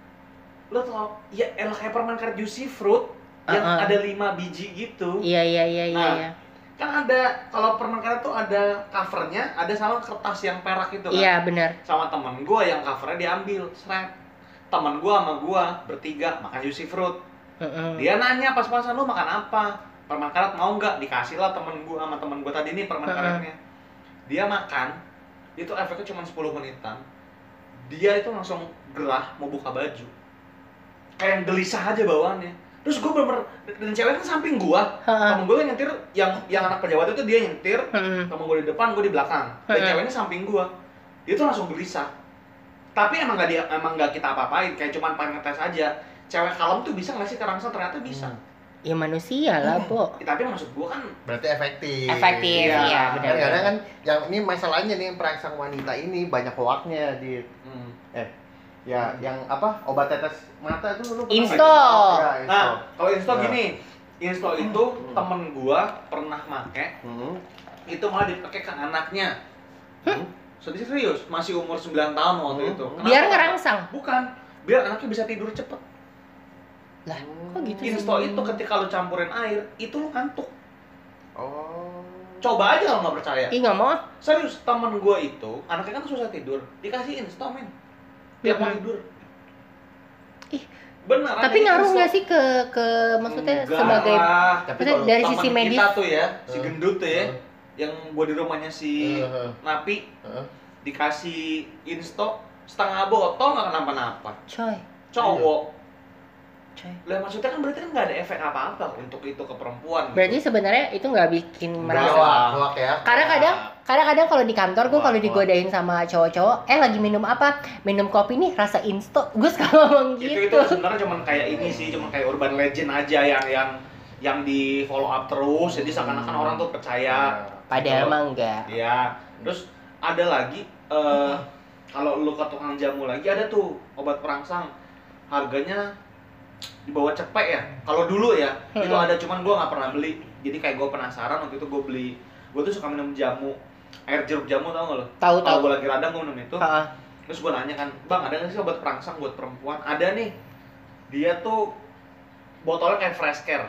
Lo tau, ya elah kayak permen karet juicy fruit yang Uh-uh. ada lima biji gitu. iya iya iya iya. Nah, iya. kan ada, kalau permen karet tuh ada covernya, ada sama kertas yang perak itu kan. Iya benar. Sama temen gue yang covernya diambil, seret. Temen gue sama gue bertiga makan juicy fruit. Heeh. Dia nanya pas-pasan, lu makan apa? Permen karet mau nggak? Dikasih lah temen gue sama temen gue tadi nih permen Uh-uh. karetnya. Dia makan, itu efeknya cuma sepuluh menitan. Dia itu langsung gerah mau buka baju. Kayak yang gelisah aja bawaannya. Terus gue bener, dan cewek kan samping gue. Heeh. Temen gue yang nyetir, yang yang anak pejabat itu dia nyetir. Heeh. Temen gue di depan, gue di belakang. Dan Hmm. ceweknya samping gue. Dia tuh langsung gelisah. Tapi emang gak dia, emang gak kita apa-apain, kayak cuman pengen ngetes aja. Cewek kalem tuh bisa gak sih kerangsang? Ternyata bisa. Ya manusia lah, Bo. Ya, tapi maksud gue kan Berarti efektif. Efektif, Iya. iya benar. Kadang-kadang kan yang ini masalahnya nih yang perangsang wanita ini banyak hoaknya di hmm. eh ya yang apa obat tetes mata itu lu pernah Insto. nggak? Ya, Insto. Nah, kalau Insto Nah. gini, Insto itu temen gue pernah make, Hmm. itu malah dipakai ke anaknya. Hmm. Sedih serius, masih umur sembilan tahun waktu Hmm. itu. Biar Kenapa? ngerangsang. Bukan, biar anaknya bisa tidur cepet. Lah, kok gitu sih? Insto itu ketika lu campurin air, itu lu ngantuk. Oh. Coba aja kalau nggak percaya. Ih, nggak mau. Serius, temen gue itu, anaknya kan susah tidur, dikasih Insto men. Tiap mau Mhm. tidur. Ih, beneran. Tapi jadi ngaruh Insto. nggak sih ke ke maksudnya Enggak sebagai lah. Tapi maksudnya kalau dari Temen sisi medis? kita tuh ya, si Eh. gendut tuh ya, Eh. yang gua di rumahnya si Eh. Napi, Heeh. dikasih Insto setengah botol nggak kenapa-napa. Coy, Cowok. coy. Lah maksudnya kan berarti kan nggak ada efek apa-apa untuk itu ke perempuan. Berarti gitu. sebenarnya itu nggak bikin Enggak, merasa. hoak, hoak ya. Karena kadang kadang-kadang kalau di kantor gue Wah, kalau wah. digodain sama cowok-cowok, eh lagi minum apa? Minum kopi nih rasa insto. Gue suka ngomong itu itu gitu. sebenarnya cuman kayak ini sih, cuman kayak urban legend aja yang yang yang di follow up terus, jadi seakan-akan orang tuh percaya. Padahal Gitu. mah enggak. Iya. Terus ada lagi eh kalau lu ke tukang jamu lagi ada tuh obat perangsang. Harganya di bawah cepek ya. Kalau dulu ya, itu Hmm. ada cuman gua nggak pernah beli. Jadi kayak gua penasaran waktu itu gua beli. Gua tuh suka minum jamu, air jeruk jamu tau gak lo? Tahu Kalau tahu. gua lagi radang gua minum itu. Heeh. Terus gua nanya kan, "Bang, ada nggak sih obat perangsang buat perempuan?" Ada nih. Dia tuh botolnya kayak fresh care.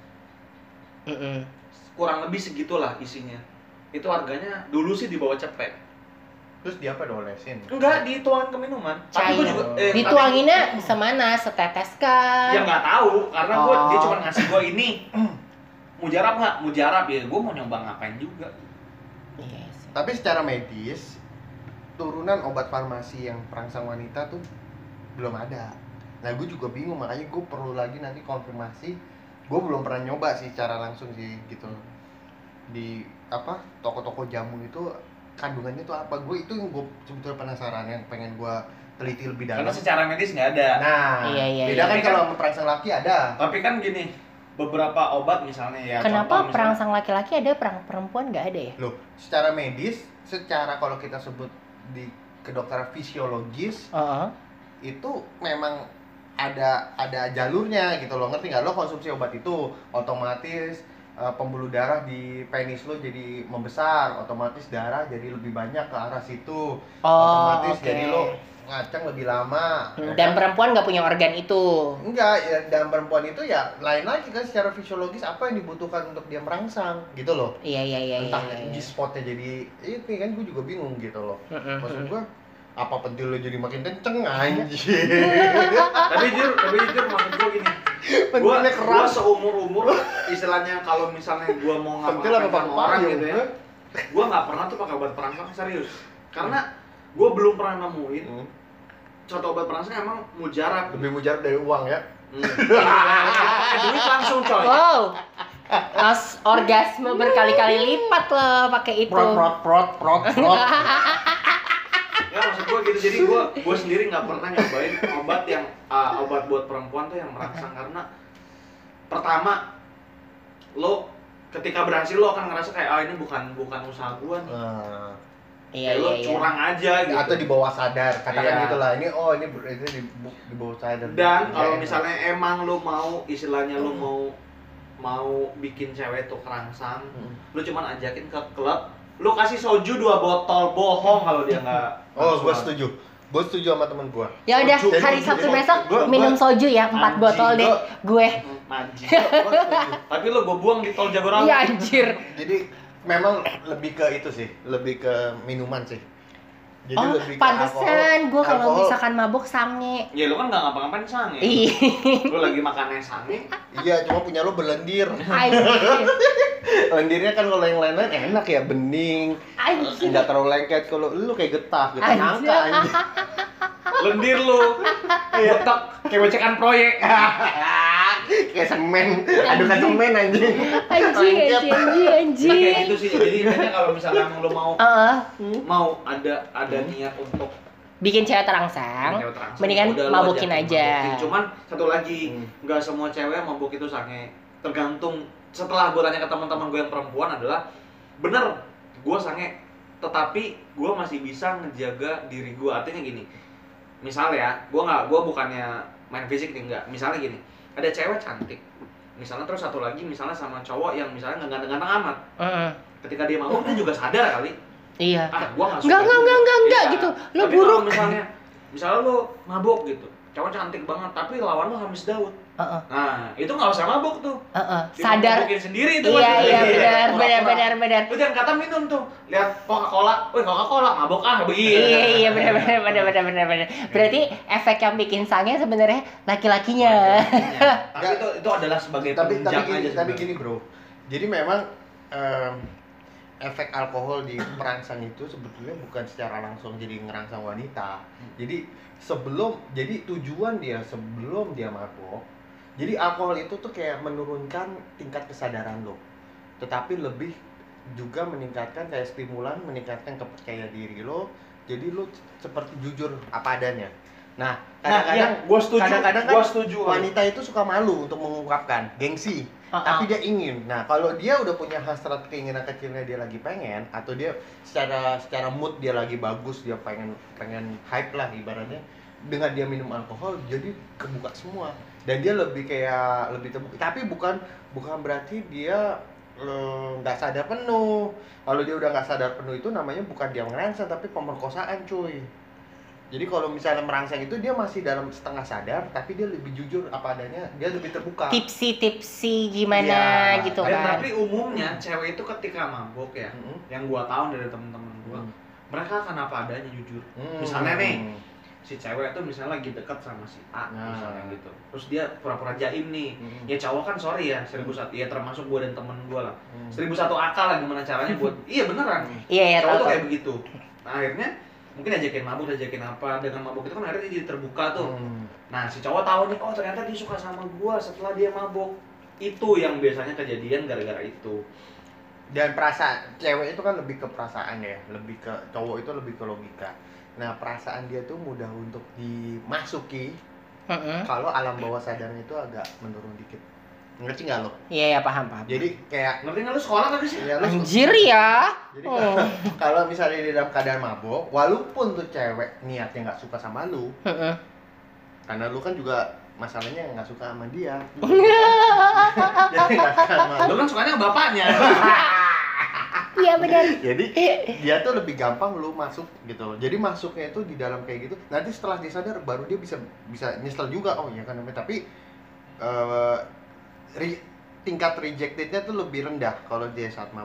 Mm-mm. Kurang lebih segitulah isinya. Itu harganya dulu sih di bawah cepek. Terus dia apa diolesin? Enggak, dituangin ke minuman. Tapi gua Cair. juga eh, Dituanginnya semana? Setetes tapi, kan? ya nggak tahu karena gua Oh. dia cuma ngasih gua ini. Mujarab nggak? Mujarab ya. Gua mau nyoba ngapain juga. Iya sih. Tapi secara medis turunan obat farmasi yang perangsang wanita tuh belum ada. Nah gue juga bingung, makanya gue perlu lagi nanti konfirmasi. Gue belum pernah nyoba sih secara langsung sih gitu di apa toko-toko jamu itu kandungannya tuh apa. Gue itu yang gue sebetulnya penasaran, yang pengen gue teliti lebih dalam. Karena secara medis nggak ada. Nah Iya, iya, beda iya. kan Tapi kalau kan- sama perangsang laki ada. Tapi kan gini, beberapa obat misalnya ya. Kenapa contoh misalnya- perangsang laki-laki ada, perang perempuan nggak ada ya? Loh, secara medis, secara kalau kita sebut di kedokteran fisiologis Heeh. itu memang ada ada jalurnya gitu loh, ngerti nggak? Lo konsumsi obat itu otomatis uh, pembuluh darah di penis lo jadi membesar, otomatis darah jadi lebih banyak ke arah situ, Oh, otomatis oke. jadi lo ngacang lebih lama. Hmm, ya Dan kan? perempuan nggak punya organ itu. Enggak, ya dalam perempuan itu ya lain lagi kan secara fisiologis apa yang dibutuhkan untuk dia merangsang gitu loh. Iya iya iya. Entah iya, iya. G-spotnya jadi ini kan gue juga bingung gitu loh. Mm-mm, Maksud mm-mm. gue Apa pentil lo jadi makin kenceng anjir. Tapi jujur, tapi jujur maksud gue gini. Gua, Pentilnya gua keras. seumur-umur istilahnya kalau misalnya gua mau Pentil ngapa-ngapain apa sama orang payung? gitu ya. Gua nggak pernah tuh pakai obat perangsang serius. Karena gua belum pernah nemuin Hmm. suatu obat perangsang emang mujarab. Lebih mujarab dari uang ya. Hmm. Pakai duit langsung coy. Wow. Mas orgasme berkali-kali lipat loh pakai itu. Prot prot prot prot prot. Ya maksud gua gitu, jadi gua gua sendiri nggak pernah nyobain obat yang uh, obat buat perempuan tuh yang merangsang. Karena pertama lo ketika berhasil lo akan ngerasa kayak ah ini bukan bukan usaha gua nih. Nah, Iya Kayak iya lo iya. curang aja gitu. atau di bawah sadar, katakan Iya. gitulah. Ini oh ini ber- itu di, bu- di bawah sadar. Dan Nggak kalau enak. misalnya emang lo mau istilahnya lo mau mau bikin cewek tuh kerangsang, Hmm. lo cuman ajakin ke klub, lo kasih soju dua botol, bohong kalau dia nggak. Oh, gue nafsuan. setuju. Gue setuju sama temen gue. Ya udah Soju. hari Jadi- Sabtu jadi- besok gua- minum gua- soju ya empat Anjing, botol deh gua- gue. Manji. Gua setuju. Tapi lo gue buang di tol Jagorawi. Iya anjir. Jadi memang lebih ke itu sih, lebih ke minuman sih. Jadi Oh, lebih ke pantesan gue kalau alkohol. misalkan mabuk sange. Ya lo kan nggak ngapa-ngapain sange. Ih, Lo lagi makannya sange. Iya, cuma punya lo belendir. anjir. Lendirnya kan kalau yang lain-lain enak ya, bening. Anjir. Enggak terlalu lengket. Kalau lu kayak getah, getah Anjir. nangka anjir. Lendir lo. Botak kayak becekan proyek. Kayak semen, adukan semen anjing. Anjing, Lengket. anjing, Nah, kayak anjing. gitu sih. Jadi intinya kalau misalnya emang lo mau Heeh. mau ada ada niat untuk Bikin cewek terangsang. cewek terangsang, Mendingan udah lo mabukin ajakin aja. mabukin. Cuman satu lagi, Hmm. nggak semua cewek yang mabuk itu sange. Tergantung. Setelah gue tanya ke teman-teman gue yang perempuan adalah bener, gue sange, tetapi gue masih bisa ngejaga diri gue. Artinya gini, misalnya ya, gue nggak, gue bukannya main fisik nih, enggak. Misalnya gini, ada cewek cantik, misalnya terus satu lagi misalnya sama cowok yang misalnya nggak ganteng-ganteng amat. Heeh. Ketika dia mabuk dia juga sadar kali. Iya. Ah, gua nggak suka. Enggak, enggak, enggak, enggak, enggak Iya. gitu. Lu Tapi buruk. kalau misalnya, misalnya lu mabuk gitu, cowok cantik banget, tapi lawan lu Hamis Daud. Heeh. Nah, itu nggak usah mabuk tuh. Heeh. Dia Sadar. mabukin sendiri itu. Iya, maksudnya. iya, benar, Pura-pura. benar, benar, benar. Lu jangan kata minum tuh. Lihat Coca-Cola, wih Coca-Cola mabuk ah, begini. Iya, iya, benar, benar, benar, benar, benar, benar. Berarti efek yang bikin sange sebenarnya laki-lakinya. Tapi itu itu adalah sebagai Tapi tapi penunjang gini, aja tapi sebenarnya. gini bro. Jadi memang em, efek alkohol di perangsang itu sebetulnya bukan secara langsung jadi ngerangsang wanita. Jadi sebelum, jadi tujuan dia sebelum dia mabok, jadi alkohol itu tuh kayak menurunkan tingkat kesadaran lo, tetapi lebih juga meningkatkan kayak stimulan, meningkatkan kepercayaan diri lo. Jadi lo seperti jujur apa adanya. Nah, Nah, kadang-kadang iya, gua setuju. kadang-kadang kan Gua setuju. wanita itu suka malu untuk mengungkapkan gengsi. Uh-uh. Tapi dia ingin. Nah, kalau dia udah punya hasrat keinginan kecilnya dia lagi pengen, atau dia secara secara mood dia lagi bagus, dia pengen pengen hype lah ibaratnya, dengan dia minum alkohol jadi kebuka semua dan dia lebih kayak lebih terbuka. Tapi bukan bukan berarti dia eh, nggak sadar penuh. Kalau dia udah nggak sadar penuh itu namanya bukan dia ngerangsang tapi pemerkosaan cuy. Jadi kalau misalnya merangsang itu dia masih dalam setengah sadar tapi dia lebih jujur apa adanya, dia lebih terbuka. Tipsi-tipsi gimana Iya, gitu Dan kan. tapi umumnya cewek itu ketika mabuk ya, Mm-mm. yang gua tahu dari temen-temen gua, Hmm. mereka akan apa adanya jujur. Hmm. Misalnya nih, si cewek tuh misalnya lagi dekat sama si A, Nah. misalnya gitu. Terus dia pura-pura jaim nih. Hmm. Ya cowok kan sorry ya, seribu satu, ya termasuk gua dan temen gua lah. Hmm. Seribu satu akal lah gimana caranya buat, iya beneran. Iya, ya, Cowok tahu tuh tahu. kayak begitu. Nah akhirnya mungkin ajakin mabuk, ajakin apa, dengan mabuk itu kan akhirnya dia jadi terbuka tuh. Hmm. Nah si cowok tahu nih, oh ternyata dia suka sama gua setelah dia mabuk. Itu yang biasanya kejadian gara-gara itu. Dan perasaan cewek itu kan lebih ke perasaan ya, lebih ke cowok itu lebih ke logika. Nah, perasaan dia tuh mudah untuk dimasuki Heeh. kalau alam bawah sadarnya itu agak menurun dikit. Ngerti nggak lo? Iya, ya, paham, paham. Jadi kayak Ngerti nggak lu sekolah kagak sih? ya lo Anjir ya. jadi Oh. kalau, kalau misalnya di dalam keadaan mabok, walaupun tuh cewek niatnya nggak suka sama lu, Heeh. karena lu kan juga masalahnya nggak suka sama dia. Jadi nggak suka sama Lu lu. kan sukanya sama bapaknya. Iya benar. Jadi dia tuh lebih gampang lu masuk gitu. Jadi masuknya itu di dalam kayak gitu. Nanti setelah dia sadar baru dia bisa bisa nyesel juga. Oh iya kan tapi eh, re- tingkat rejectednya tuh lebih rendah kalau dia saat mabuk.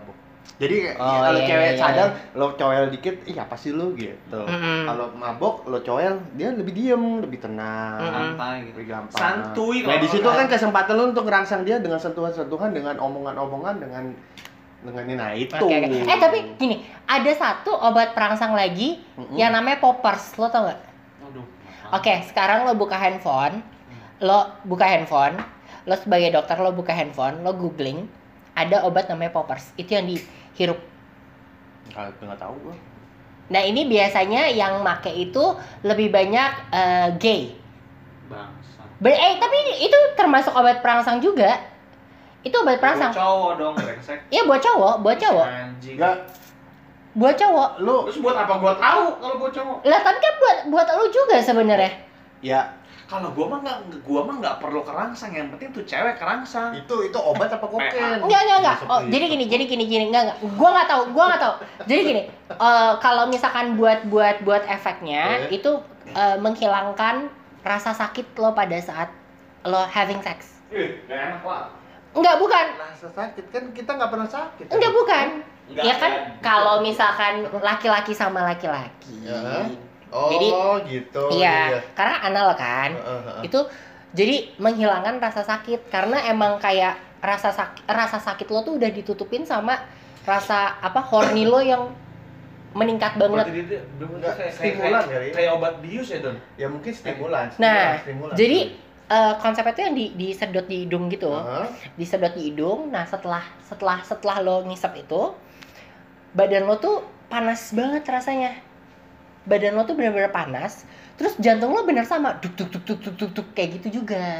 Jadi kayak, Oh, ya, kalau iya, cewek iya, iya. sadar lo coel dikit, ih apa sih lu gitu. Mm-mm. Kalau mabok lo coel, dia lebih diem, lebih tenang, Mm-mm. santai gitu. lebih gampang. Santuy Nah kalau di situ orang- kan kesempatan lo untuk ngerangsang dia dengan sentuhan-sentuhan, dengan omongan-omongan, dengan dengan ini. Nah itu. Oke, oke. Eh tapi gini, ada satu obat perangsang lagi Mm-mm. yang namanya poppers, lo tau nggak? Aduh. Oke, sekarang lo buka handphone, lo buka handphone, lo sebagai dokter lo buka handphone, lo googling, ada obat namanya poppers, itu yang dihirup. Nggak nggak tahu gua. Nah ini biasanya yang make itu lebih banyak eh, gay. Bangsa. Ber- eh tapi itu termasuk obat perangsang juga. Itu obat perangsang. Buat cowok dong, brengsek. Iya buat cowok, buat cowok, Anjing. Nggak, buat cowok. lu Terus buat apa gua tahu kalau buat cowok? Lah tapi kan buat buat lo juga sebenarnya. ya Kalau gua mah nggak, gua mah nggak perlu kerangsang, yang penting tuh cewek kerangsang. itu itu obat apa koken? Enggak, enggak, enggak. Masuk Oh, ke jadi itu. gini, jadi gini, gini, enggak, enggak. Gua enggak tahu, gua enggak tahu. Jadi gini, eh, kalau misalkan buat buat buat efeknya Eh. itu eh, menghilangkan rasa sakit lo pada saat lo having sex. Ih, nggak enak lah. Enggak, bukan. Rasa sakit kan kita nggak pernah sakit. Enggak, bukan. Nggak Ya kan ada. kalau misalkan laki-laki sama laki-laki. Ya. Oh Jadi, gitu. Iya, karena anal kan. Heeh, heeh. Itu jadi menghilangkan rasa sakit karena emang kayak rasa sakit rasa sakit lo tuh udah ditutupin sama rasa apa horny lo yang meningkat Berarti banget. dia, dia belum Nggak, kayak, stimulan kayak, kali. kayak obat bius ya, Don? Ya mungkin stimulan. Nah, stimulan, stimulan. jadi eh, konsepnya tuh yang di, disedot di hidung gitu, Heeh. disedot di hidung. Nah setelah setelah setelah lo ngisep itu, badan lo tuh panas banget rasanya. Badan lo tuh benar-benar panas. Terus jantung lo bener sama duk duk duk duk duk duk, duk kayak gitu juga.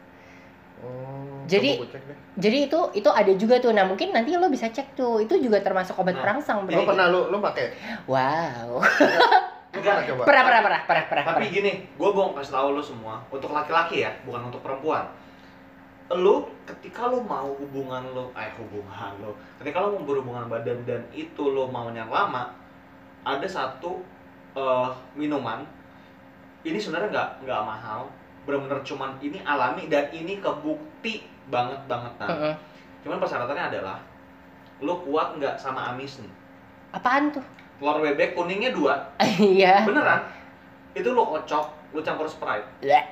Oh, Jadi- coba gua cek deh. Jadi itu itu ada juga tuh. Nah mungkin nanti lo bisa cek tuh. Itu juga termasuk obat Nah, perangsang. Lo berarti. pernah lu lu pakai? Wow. Lu pernah coba? Pernah pernah pernah pernah pernah. Tapi pernah. gini, gue mau kasih tahu lo semua, untuk laki-laki ya, bukan untuk perempuan. Lo ketika lo mau hubungan lo, eh hubungan lo, ketika lo mau berhubungan badan dan itu lo maunya lama, ada satu eh, minuman. Ini sebenarnya nggak nggak mahal, benar-benar cuman ini alami dan ini kebukti banget banget nah. Heeh. Cuman persyaratannya adalah lo kuat nggak sama amisnya. Apaan tuh? Telur bebek kuningnya dua, Iya. beneran. Itu lo kocok, lo campur Sprite. Bleh.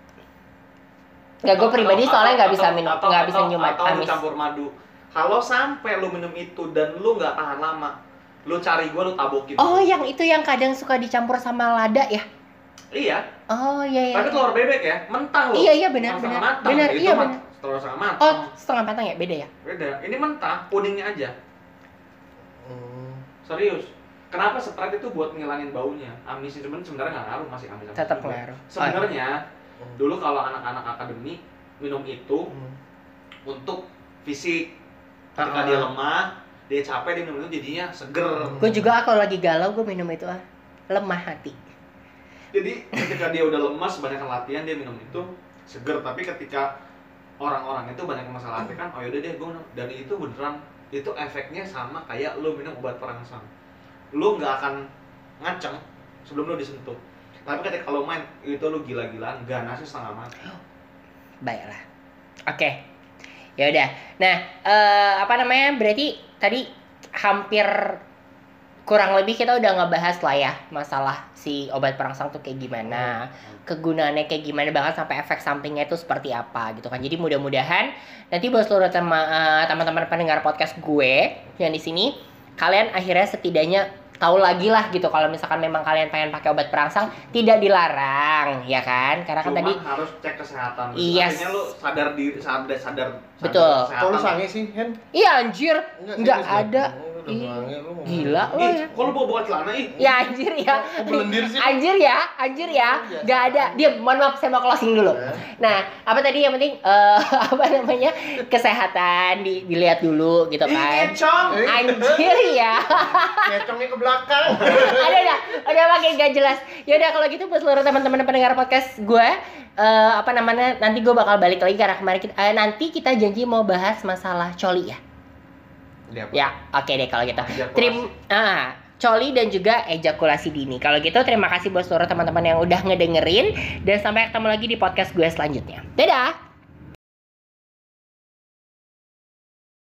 Nggak, gue pribadi Atau- soalnya nggak atau- bisa minum, atau- nggak bisa atau- nyium atau lu amis. campur madu. Kalau sampai lu minum itu dan lu nggak tahan lama, lu cari gua, lu tabokin. Oh, yang itu yang kadang suka dicampur sama lada ya? Iya, Oh iya iya. tapi telur bebek ya, mentah loh. Iya iya benar Setengah benar. matang. Benar Itu iya mah benar. telur setengah matang. Oh setengah matang ya beda ya? Beda. Ini mentah, kuningnya aja. Hmm. Serius. Kenapa Sprite itu buat ngilangin baunya? Amis itu sebenarnya nggak ngaruh, masih amis. Tetap ngaruh. Sebenarnya dulu kalau anak-anak akademik minum itu Hmm. untuk fisik. Ketika Ah. dia lemah, dia capek, dia minum itu jadinya seger. Gue juga kalau lagi galau gue minum itu ah. Lemah hati. Jadi ketika dia udah lemas, banyak latihan, dia minum itu seger. Tapi ketika orang-orang itu banyak masalah hati kan, oh yaudah deh gue minum. Dan itu beneran, itu efeknya sama kayak lo minum obat perangsang. Lo nggak akan ngaceng sebelum lo disentuh. Tapi ketika lo main, itu lo gila-gilaan, ganasnya setengah mati. Baiklah. Oke. Ya udah. Nah, eh, apa namanya? Berarti tadi hampir kurang lebih kita udah ngebahas lah ya masalah si obat perangsang tuh kayak gimana, kegunaannya kayak gimana, bahkan sampai efek sampingnya itu seperti apa gitu kan. Jadi mudah-mudahan nanti buat seluruh tema- eh, teman-teman pendengar podcast gue yang di sini, kalian akhirnya setidaknya tahu lagi lah gitu kalau misalkan memang kalian pengen pakai obat perangsang tidak dilarang ya kan, karena kan Cuman tadi harus cek kesehatan. Iya. Artinya lo sadar diri, sadar sadar. sadar Betul. kesehatan. Kalau sange sih, Hen? iya anjir nggak serius ada. deh. Oh, udah Ih, sange, lu mau gila ngomong. lo Ih, ya. kok lo bawa buka celana ih? Ya anjir ya. Kok belendir sih? Anjir ya, anjir ya. Gak ada. Dia mohon maaf saya mau closing dulu. Eh, Nah, apa tadi yang penting eh, apa namanya? Kesehatan di, dilihat dulu gitu Ih, kan. kencong. Eh. Anjir ya. Ngecongnya ke belakang. ada udah, udah makin gak jelas. Ya udah kalau gitu buat seluruh teman-teman pendengar podcast gue eh, apa namanya? Nanti gue bakal balik lagi karena kemarin kita, eh, nanti kita janji mau bahas masalah coli ya. Dia apa? Ya, oke deh kalau gitu. Ejakulasi. Terima ah, coli dan juga ejakulasi dini. Kalau gitu terima kasih buat seluruh teman-teman yang udah ngedengerin dan sampai ketemu lagi di podcast gue selanjutnya. Dadah.